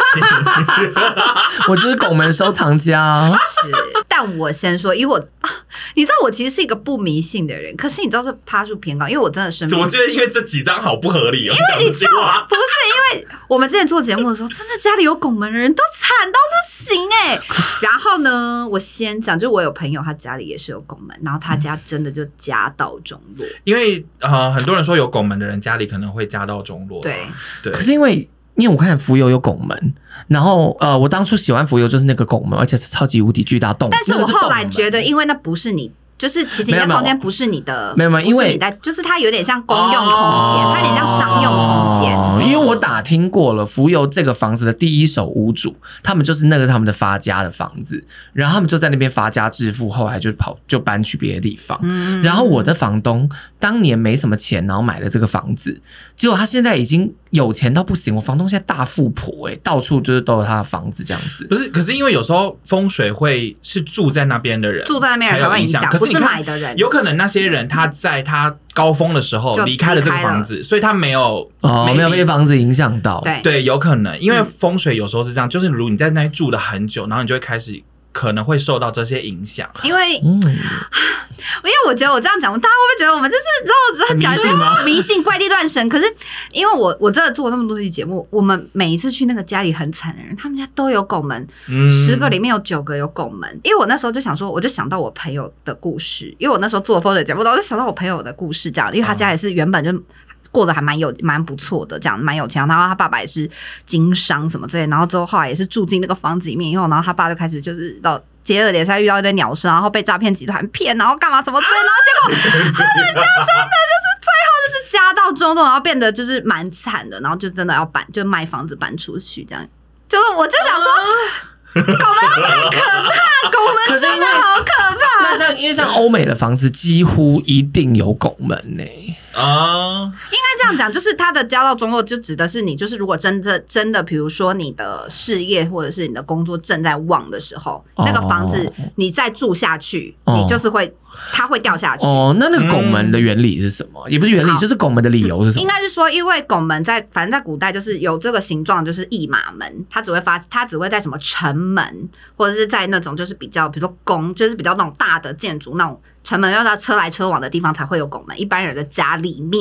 我就是拱门收藏家。 是，但我先说，因为你知道我其实是一个不迷信的人，可是你知道是趴数偏高，因为我真的生病。 我觉得因为这几张好不合理哦。 因为你知道，不是因为我们之前做节目的时候，真的家里有拱门的人都惨到不行然后呢，我先讲，就我有朋友他家里也是有拱门，然后他家真的就家道中落。 因为很多人说有拱门的人家里可能会家道中落。对， 可是因为我看福友有拱门，然后我当初喜欢福友就是那个拱门，而且是超级无敌巨大洞。 但是我后来觉得，因为那不是你，就是其实你的空间不是你的， 没有，因为就是它有点像公用空间，它有点像商用空间。 因为我打听过了，福友这个房子的第一手屋主，他们就是那个他们的发家的房子，然后他们就在那边发家致富，后来就搬去别的地方。然后我的房东当年没什么钱，然后买了这个房子，结果他现在已经有钱到不行，我房东现在大富婆到处就是都有他的房子这样子。 不是，可是因为有时候风水会是住在那边的人， 住在那边人才会影响，不是买的人。 有可能那些人他在他高峰的时候离开了这个房子，所以他没有被房子影响到。 对，有可能，因为风水有时候是这样，就是如果你在那里住了很久，然后你就会开始可能会受到这些影响。 因为我觉得我这样讲，大家会不会觉得我们就是让我讲一些迷信怪力乱神？可是因为我真的做过那么多期节目，我们每一次去那个家里很惨的人，他们家都有拱门，10个里面有9个有拱门。因为我那时候就想说，我就想到我朋友的故事，因为我那时候做风水节目，我就想到我朋友的故事，这样，因为他家也是原本就过得还蛮不错的，这样蛮有钱。然后他爸爸也是经商什么之类的，然后之后后来也是住进那个房子里面以后，然后他爸就开始就是到接二连三遇到一堆鸟事，然后被诈骗集团骗，然后干嘛什么之类的，然后结果他们家真的就是最后就是家道中落，然后变得就是蛮惨的，然后就真的要就卖房子搬出去，这样。就是我就想说，拱门太可怕，拱门真的好可怕。 那因为像欧美的房子几乎一定有拱门呢。 应该这样讲，就是它的家道中落，就指的是你，就是如果真的，比如说你的事业或者是你的工作正在旺的时候，那个房子你再住下去，你就是会。它会掉下去。 那个拱门的原理是什么？也不是原理，就是拱门的理由是什么？ 应该是说，因为拱门反正在古代就是有这个形状，就是驿马门，它只会在什么城门，或者是在那种就是比较，比如说宫，就是比较那种大的建筑，那种城门要到车来车往的地方才会有拱门。一般人的家里面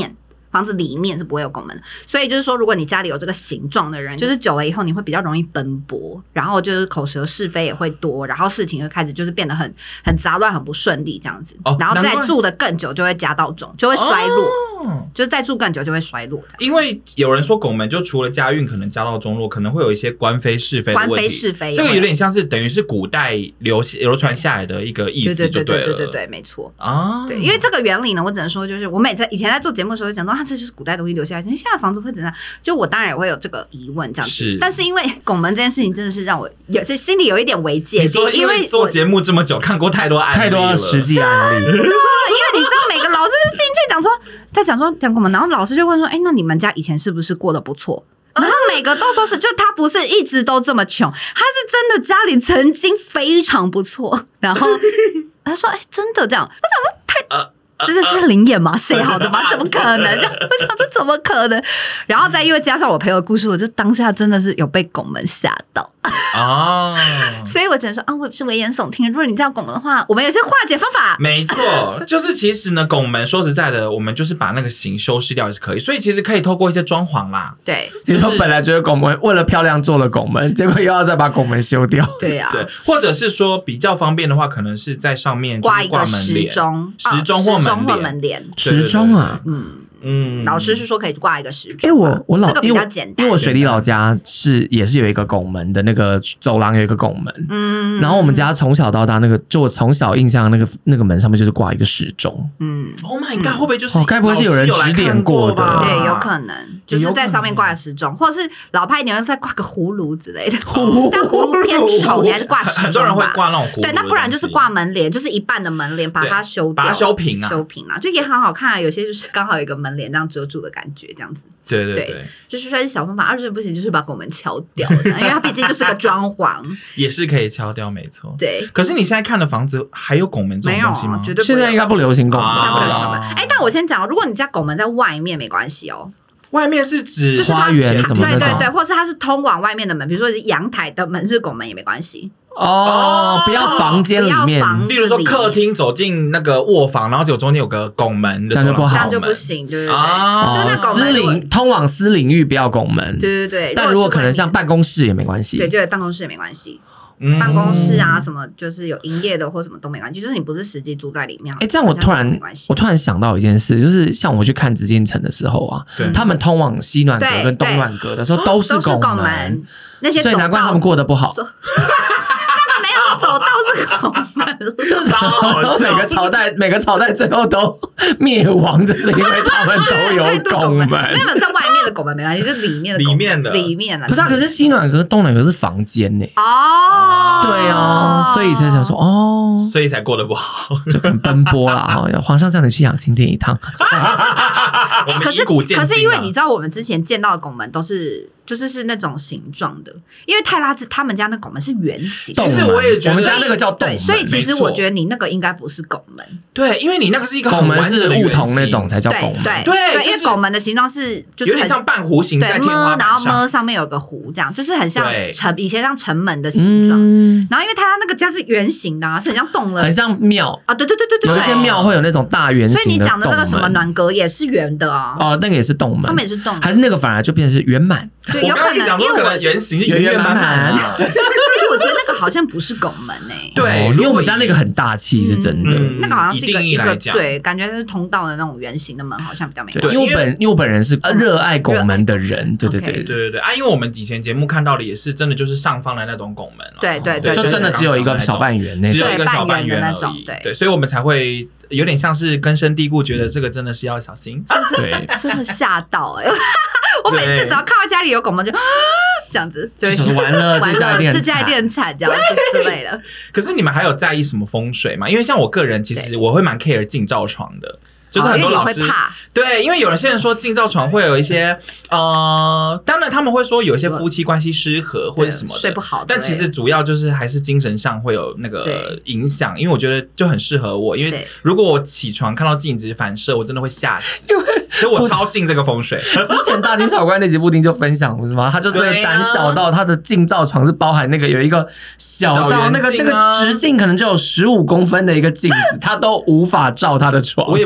房子里面是不会有拱门的。所以就是说，如果你家里有这个形状的人，就是久了以后你会比较容易奔波，然后就是口舌是非也会多，然后事情就开始就是变得很杂乱、很不顺利这样子。然后再住的更久就会家道中，就会衰落。就是再住更久就会衰落。 因为有人说拱门就除了家运可能家道中落，可能会有一些官非是非的问题。 官非是非， 这个有点像是等于是古代流传下来的一个意思，就对了。 对，没错啊。对，因为这个原理呢，我只能说就是我以前在做节目的时候讲到，这就是古代东西留下来，现在房子会怎样？就我当然也会有这个疑问这样子。但是因为拱门这件事情真的是让我就心里有一点危戒。 你说因为做节目这么久，看过太多案例了， 太多实际案例。 对，因为你知道每个老师就进去讲拱门，然后老师就问说：“那你们家以前是不是过得不错？”然后每个都说是，就他不是一直都这么穷，他是真的家里曾经非常不错。然后他说：“真的这样？”我想说这是灵眼吗？谁好的吗？怎么可能？我想这怎么可能？然后再因为加上我朋友的故事，我就当下真的是有被拱门吓到所以我只能说我也是危言耸听。如果你这样拱门的话，我们有些化解方法。 没错，就是其实呢，拱门说实在的，我们就是把那个形修饰掉也是可以，所以其实可以透过一些装潢啦。 对， 你说本来觉得拱门为了漂亮做了拱门，结果又要再把拱门修掉。 对啊， 对，或者是说比较方便的话，可能是在上面挂一个时钟或门帘。 时钟啊， 老师是说可以挂一个时钟。这个比较简单， 因为我水里老家也是有一个拱门的，那个走廊有一个拱门，然后我们家从小到大就我从小印象那个门上面就是挂一个时钟。 Oh my god， 会不会就是该不会是有人指点过的？ 对，有可能就是在上面挂时钟，或者是老派一点再挂个葫芦之类的。但葫芦偏丑，你还是挂时钟吧。 很多人会挂那种葫芦。 对，那不然就是挂门帘，就是一半的门帘把它修掉， 把它修平啊， 就也很好看啊。有些就是刚好有一个门帘这样遮住的感觉，这样子。 对， 就是算是小方法。20不行，就是把拱门敲掉，因为它毕竟就是个装潢， 也是可以敲掉，没错。 对。 可是你现在看的房子还有拱门这种东西吗？ 绝对现在应该不流行拱门， 现在不流行拱门。但我先讲，如果你家拱门在外面没关系哦。 外面是指花园什么的， 对，或是它是通往外面的门，比如说阳台的门是拱门也没关系。 不要房间里面， 例如说客厅走进那个卧房，然后中间有个拱门的， 这样就不行，对不对？就那拱门通往私领域不要拱门， 对。 但如果可能像办公室也没关系， 对，办公室也没关系。办公室啊，什么就是有营业的或什么都没关系，就是你不是实际住在里面。 这样我突然想到一件事，就是像我去看紫禁城的时候啊，他们通往西暖阁跟东暖阁的时候都是拱门， 那些所以难怪他们过得不好。 没有走道是拱门， 就是每个朝代最后都灭亡，就是因为他们都有拱门。 没有在外面的拱门没关系，就是里面的里面的。 不是，可是西暖阁、东暖阁是房间呢。对啊，所以才想说所以才过得不好， 就很奔波啦。皇上叫你去养心殿一趟。 可是因为你知道，我们之前见到的拱门都是。就是那种形状的，因为泰拉兹他们家那拱门是圆形， 其实我也觉得我们家那个叫洞门， 所以其实我觉得你那个应该不是拱门， 对，因为你那个是一个拱门是梧桐那种才叫拱门， 对，因为拱门的形状是就是有点像半弧形在天花板上， 然后上面有个弧，这样就是很像以前像城门的形状，然后因为它那个家是圆形的，是很像洞了， 很像庙啊，对， 有一些庙会有那种大圆形的， 所以你讲的那个什么暖阁也是圆的那个也是洞门， 他们也是洞门， 还是那个反而就变成是圆满。 对，有可能， 因为可能圆形圆满满， 因为我觉得那个好像不是拱门对， 因为我们家那个很大气，是真的， 那个好像是一个对，感觉是通道的那种圆形的门，好像比较没关系。 因为我本人是热爱拱门的人，对因为我们以前节目看到的也是真的就是上方的那种拱门， 对， 就真的只有一个小半圆那种， 只有一个小半圆那种，对，所以我们才会有点像是根深蒂固，觉得这个真的是要小心， 对，真的吓到我每次只要看到家里有拱门就这样子， 就是完了，这家一定很惨，这样子之类的。 可是你们还有在意什么风水吗？因为像我个人，其实我会蛮 care 近照床的。就是很多老师对，因为有些人说近照床会有一些当然他们会说有一些夫妻关系失和或者什么的睡不好， 但其实主要就是还是精神上会有那个影响。因为我觉得就很适合我，因为如果我起床看到镜子反射，我真的会吓死。所以我超信这个风水。 之前大惊小怪那集布丁就分享不是吗？他就是胆小到他的近照床是包含那个有一个小到那个直径可能就有15公分的一个镜子，他都无法照他的床。 我也不能照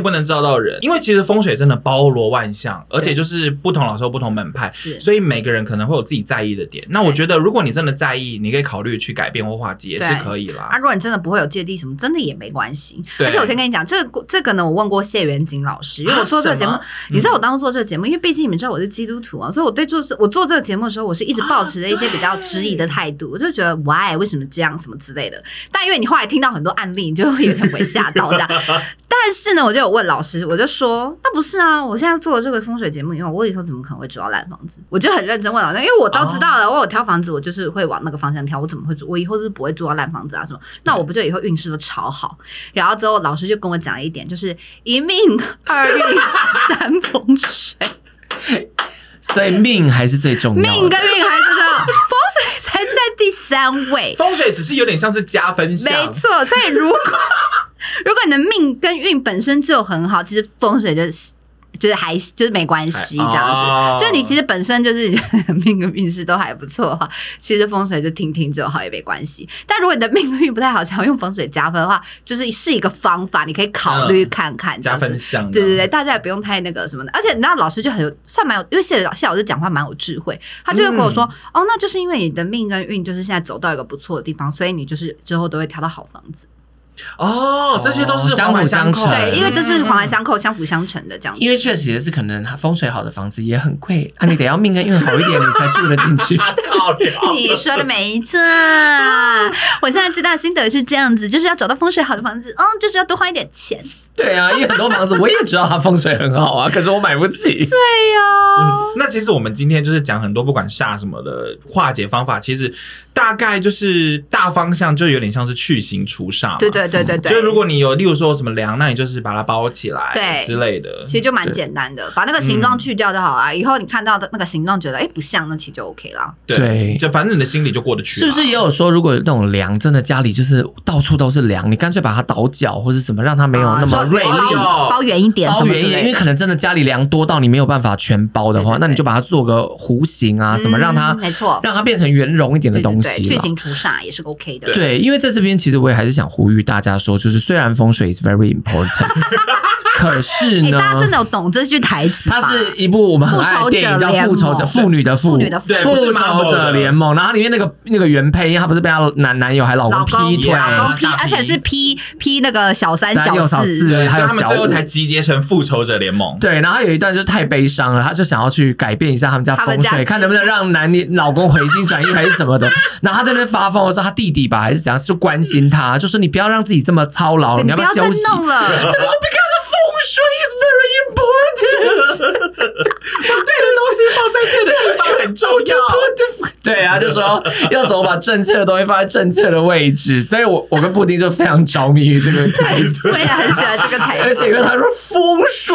照到人，因为其实风水真的包罗万象，而且就是不同老师有不同门派，所以每个人可能会有自己在意的点。那我觉得如果你真的在意，你可以考虑去改变或化解也是可以啦。 如果你真的不会有芥蒂什么，真的也没关系。而且我先跟你讲，这个呢，我问过谢元景老师，因为我做这个节目，你知道我当初做这个节目，因为毕竟你们知道我是基督徒啊，所以我做这个节目的时候，我是一直抱持着一些比较质疑的态度，我就觉得 why 为什么这样什么之类的。但因为你后来听到很多案例，你就会有点会吓到这样。但是呢，我就有问老师，我就说那不是啊，我现在做了这个风水节目以后，我以后怎么可能会住到烂房子？我就很认真问老师，因为我都知道了，我有挑房子，我就是会往那个方向挑，我怎么会住？我以后是不会住到烂房子啊什么？那我不就以后运势都超好？然后之后老师就跟我讲了一点，就是一命二运三风水。 所以命还是最重要的， 命跟运还是最重要，风水才在第三位。 风水只是有点像是加分项， 没错。所以如果你的命跟运本身就很好，其实风水就是没关系这样子。就你其实本身就是命跟运势都还不错的话，其实风水就听听就好也没关系。但如果你的命跟运不太好，想要用风水加分的话，是一个方法，你可以考虑看看加分项。 对对对，大家也不用太那个什么的。而且你知道老师就算蛮有，因为谢老师讲话蛮有智慧，他就会跟我说，那就是因为你的命跟运就是现在走到一个不错的地方，所以你就是之后都会挑到好房子。 这些都是相辅相成， 对，因为这是环环相扣、相辅相成的这样子。 因为确实也是可能风水好的房子也很贵你得要命跟运好一点，你才住得进去。 你说的没错，我现在最大的心得是这样子，就是要找到风水好的房子，就是要多花一点钱。 对啊，因为很多房子我也知道它风水很好啊，可是我买不起。 对呀， 那其实我们今天就是讲很多不管煞什么的化解方法，其实大概就是大方向就有点像是去形除煞嘛。 对对对对对。 就如果你有例如说什么梁，那你就是把它包起来，对之类的， 其实就蛮简单的，把那个形状去掉就好了。以后你看到的那个形状觉得不像，那其实就 OK 啦。 对，就反正你的心里就过得去。 是不是也有说，如果有那种梁真的家里就是到处都是梁，你干脆把它倒角或是什么，让它没有那么锐利， 包圆一点， 包圆一点，因为可能真的家里梁多到你没有办法全包的话，那你就把它做个弧形啊什么，让它没错， 让它变成圆融一点的东西， 去形除煞也是 OK 的。 对，因为在这边其实我也还是想呼吁大家说，就是虽然风水 is very important 可是呢， 大家真的有懂这句台词吧？ 它是一部我们很爱的电影，叫《复仇者》，妇女的妇，复仇者联盟。然后里面那个原配，她不是被她男友还老公劈腿， 而且是劈那个小三小四， 还有他们最后才集结成复仇者联盟。 对，然后有一段就太悲伤了，她就想要去改变一下他们家风水，看能不能让老公回心转意还是什么的。然后她在那边发疯的时候，她弟弟吧还是怎样，就关心她，就说你不要让自己这么操劳，你要不要休息？ 他就说风水 is very important 把对的东西放在对的地方很重要。 对啊，就说要怎么把正确的东西放在正确的位置，所以我跟布丁就非常着迷于这个台词， 我也很喜欢这个台词， 而且因为他说风水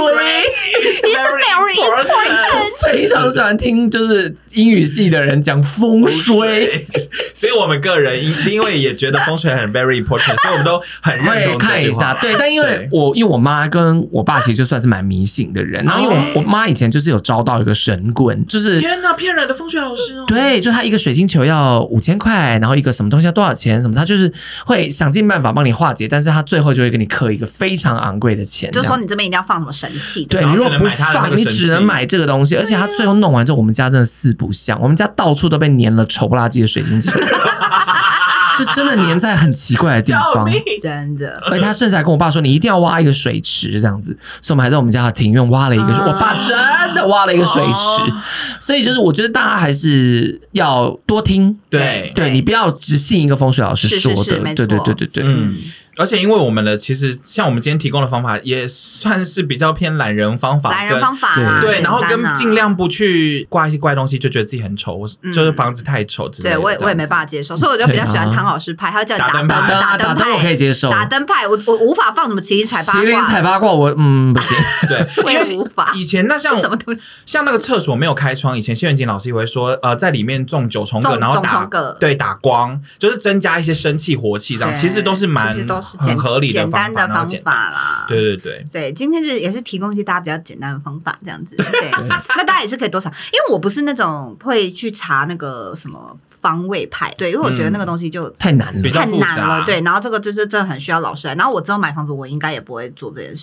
is very important， 非常喜欢听就是英语系的人讲风水， 所以我们个人因为也觉得风水很 very important， 所以我们都很认同看一下。对，但因为我妈跟我爸其实就算是蛮迷信的人，然后因为我妈以前就是有招到一个神棍，就是天哪，骗人的风水老师哦。 对，就他一个水晶球要5000块，然后一个什么东西要多少钱什么，他就是会想尽办法帮你化解，但是他最后就会给你刻一个非常昂贵的钱， 就说你这边一定要放什么神器， 对，你如果不放，你只能买这个东西，而且他最后弄完之后，我们家真的四不像，我们家到处都被粘了丑不拉几的水晶球。是真的粘在很奇怪的地方， 真的。 而且他甚至还跟我爸说，你一定要挖一个水池这样子，所以我们还在我们家的庭院挖了一个，我爸真的挖了一个水池。所以就是我觉得大家还是要多听，对，你不要只信一个风水老师说的，对， 而且因为我们的其实像我们今天提供的方法也算是比较偏懒人方法，对，然后跟尽量不去挂一些怪东西，就觉得自己很丑，就是房子太丑之类的。 对，我也没办法接受，所以我就比较喜欢汤老师派，他叫你打灯派， 打灯我可以接受， 打灯派我无法放什么麒麟彩八卦， 麒麟彩八卦我不行， 对， 我也无法。 以前那像什么东西， 像那个厕所没有开窗，以前谢元锦老师也会说，在里面种9重葛，然后打光，就是增加一些生气活气，这样其实都是很合理的简单的方法啦。 对， 今天也是提供一些大家比较简单的方法，这样子。对，那大家也是可以多查，因为我不是那种会去查那个什么方位派，对，因为我觉得那个东西就太难了， 比较复杂， 对。然后这个就是真的很需要老师来，然后我之后买房子，我应该也不会做这件事。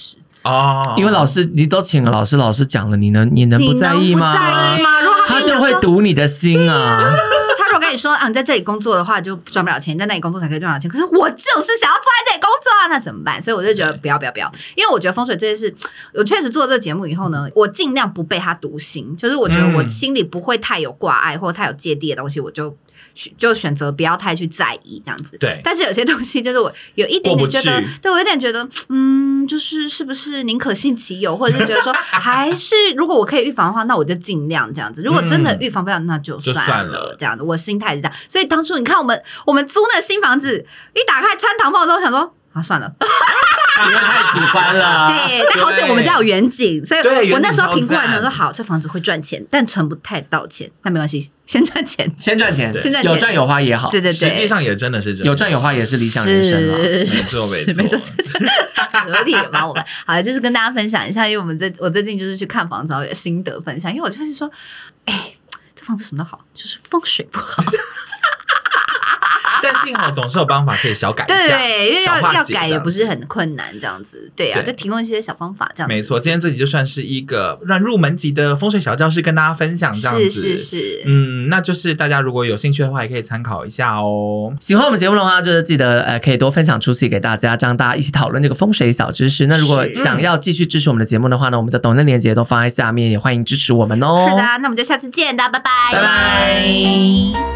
哦， 因为老师你都请了老师，老师讲了，你能不在意吗？ 不在意吗？如果他就会读你的心啊。 他如果跟你说啊，你在这里工作的话就赚不了钱，你在那里工作才可以赚到钱。可是我就是想要坐在这里工作啊，那怎么办？所以我就觉得不要，因为我觉得风水这件事，我确实做这个节目以后呢，我尽量不被他读心，就是我觉得我心里不会太有挂碍或太有芥蒂的东西，我就选择不要太去在意这样子。 对， 但是有些东西就是我有一点点觉得，对我有点觉得，就是是不是宁可信其有，或者是觉得说，还是如果我可以预防的话，那我就尽量这样子。如果真的预防不了，那就算了这样子。我心态是这样，所以当初你看我们租那新房子，一打开穿堂风的时候，想说啊算了。 因为太喜欢了， 对，但好险我们家有远景，所以我那时候评估完说好，这房子会赚钱，但存不太到钱，那没关系，先赚钱，有赚有花也好， 对， 实际上也真的是这样， 有赚有花也是理想人生了， 没错， 合理嘛。我们好了，就是跟大家分享一下，因为我最近就是去看房子，然后有心得分享，因为我就是说，这房子什么都好，就是风水不好。 但幸好总是有办法可以小改一下， 对，因为要改也不是很困难，这样子，对啊，就提供一些小方法，这样子。 没错，今天这集就算是一个入门级的风水小教室，跟大家分享这样子。 是， 那就是大家如果有兴趣的话，也可以参考一下哦。 喜欢我们节目的话，就是记得可以多分享出去给大家，这样大家一起讨论这个风水小知识。那如果想要继续支持我们的节目的话呢，我们的抖内链接都放在下面，也欢迎支持我们哦。 是的，那我们就下次见，大家拜拜， 拜拜。